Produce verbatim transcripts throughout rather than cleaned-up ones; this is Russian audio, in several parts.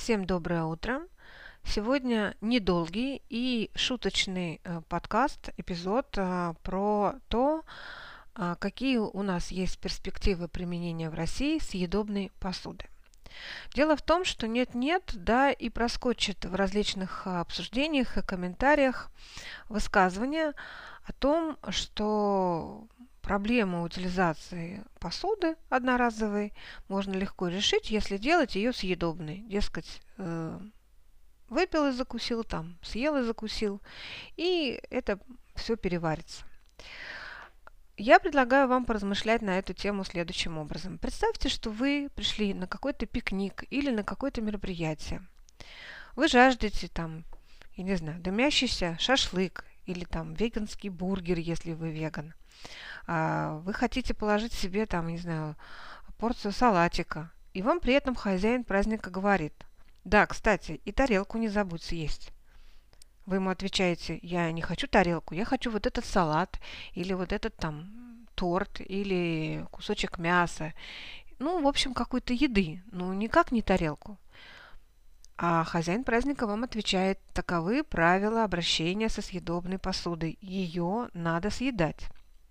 Всем доброе утро! Сегодня недолгий и шуточный э, подкаст, эпизод э, про то, э, какие у нас есть перспективы применения в России съедобной посуды. Дело в том, что нет-нет, да и проскочит в различных обсуждениях и комментариях высказывания о том, что проблему утилизации посуды одноразовой можно легко решить, если делать ее съедобной. Дескать, э, выпил и закусил, там, съел и закусил, и это все переварится. Я предлагаю вам поразмышлять на эту тему следующим образом. Представьте, что вы пришли на какой-то пикник или на какое-то мероприятие. Вы жаждете там, я не знаю, дымящийся шашлык или там веганский бургер, если вы веган. Вы хотите положить себе там, не знаю, порцию салатика, и вам при этом хозяин праздника говорит: да, кстати, и тарелку не забудь съесть. Вы ему отвечаете: я не хочу тарелку, я хочу вот этот салат, или вот этот там торт, или кусочек мяса. Ну, в общем, какой-то еды, ну, никак не тарелку. А хозяин праздника вам отвечает: таковы правила обращения со съедобной посудой, ее надо съедать.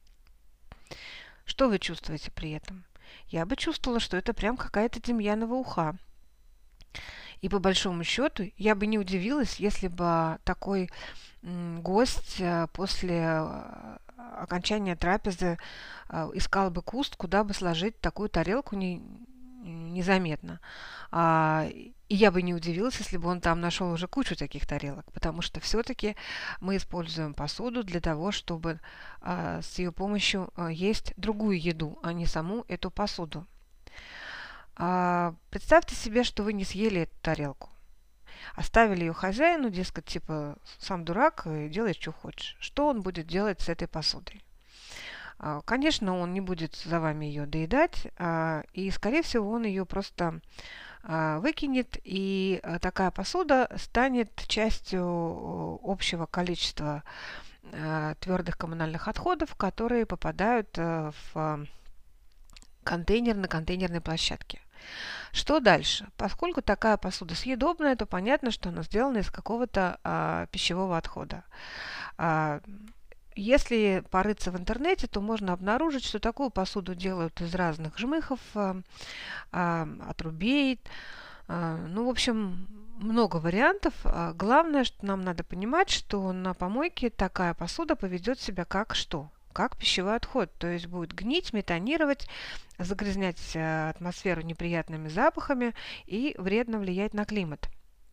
Что вы чувствуете при этом? Я бы чувствовала, что это прям какая-то Демьянова уха. И по большому счету я бы не удивилась, если бы такой м, гость после окончания трапезы искал бы куст, куда бы сложить такую тарелку не, незаметно. А, и я бы не удивилась, если бы он там нашел уже кучу таких тарелок, потому что все-таки мы используем посуду для того, чтобы а, с ее помощью а, есть другую еду, а не саму эту посуду. А, представьте себе, что вы не съели эту тарелку. Оставили ее хозяину, дескать, типа, сам дурак, и делай, что хочешь. Что он будет делать с этой посудой? А, конечно, он не будет за вами ее доедать, а, и, скорее всего, он ее просто а, выкинет, и а, такая посуда станет частью общего количества а, твердых коммунальных отходов, которые попадают а, в контейнер на контейнерной площадке. Что дальше? Поскольку такая посуда съедобная, то понятно, что она сделана из какого-то а, пищевого отхода. А, если порыться в интернете, то можно обнаружить, что такую посуду делают из разных жмыхов, а, а, отрубей. А, ну, в общем, много вариантов. А, главное, что нам надо понимать, что на помойке такая посуда поведет себя как что? Как пищевой отход, то есть будет гнить, метанировать, загрязнять атмосферу неприятными запахами и вредно влиять на климат.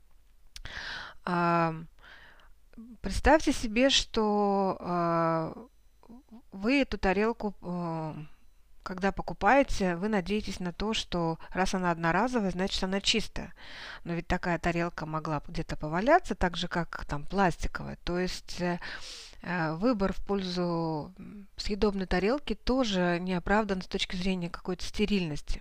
А, представьте себе, что а, вы эту тарелку, а, когда покупаете, вы надеетесь на то, что раз она одноразовая, значит она чистая. Но ведь такая тарелка могла где-то поваляться, так же как там пластиковая. То есть выбор в пользу съедобной тарелки тоже не оправдан с точки зрения какой-то стерильности.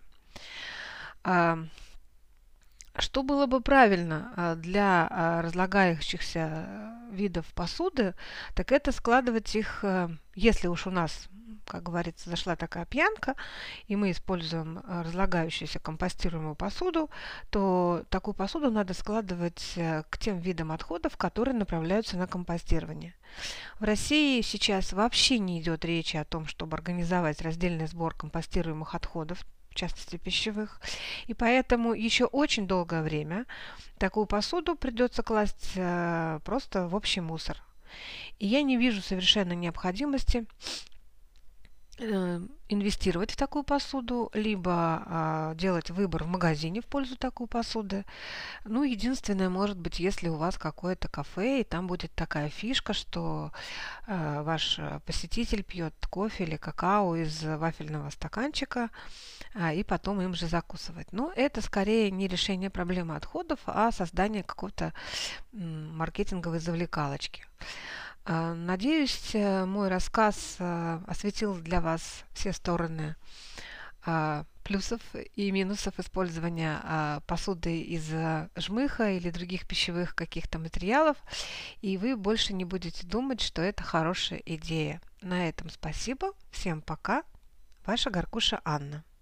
Что было бы правильно для разлагающихся видов посуды, так это складывать их, если уж у нас, как говорится, зашла такая пьянка, и мы используем разлагающуюся компостируемую посуду, то такую посуду надо складывать к тем видам отходов, которые направляются на компостирование. В России сейчас вообще не идет речи о том, чтобы организовать раздельный сбор компостируемых отходов, в частности пищевых, и поэтому еще очень долгое время такую посуду придется класть э, просто в общий мусор. И я не вижу совершенно необходимости инвестировать в такую посуду, либо а, делать выбор в магазине в пользу такой посуды. Ну, единственное, может быть, если у вас какое-то кафе, и там будет такая фишка, что а, ваш посетитель пьет кофе или какао из вафельного стаканчика, а, и потом им же закусывать. Но это скорее не решение проблемы отходов, а создание какой-то м, маркетинговой завлекалочки. Надеюсь, мой рассказ осветил для вас все стороны плюсов и минусов использования посуды из жмыха или других пищевых каких-то материалов, и вы больше не будете думать, что это хорошая идея. На этом спасибо. Всем пока. Ваша Горкуша Анна.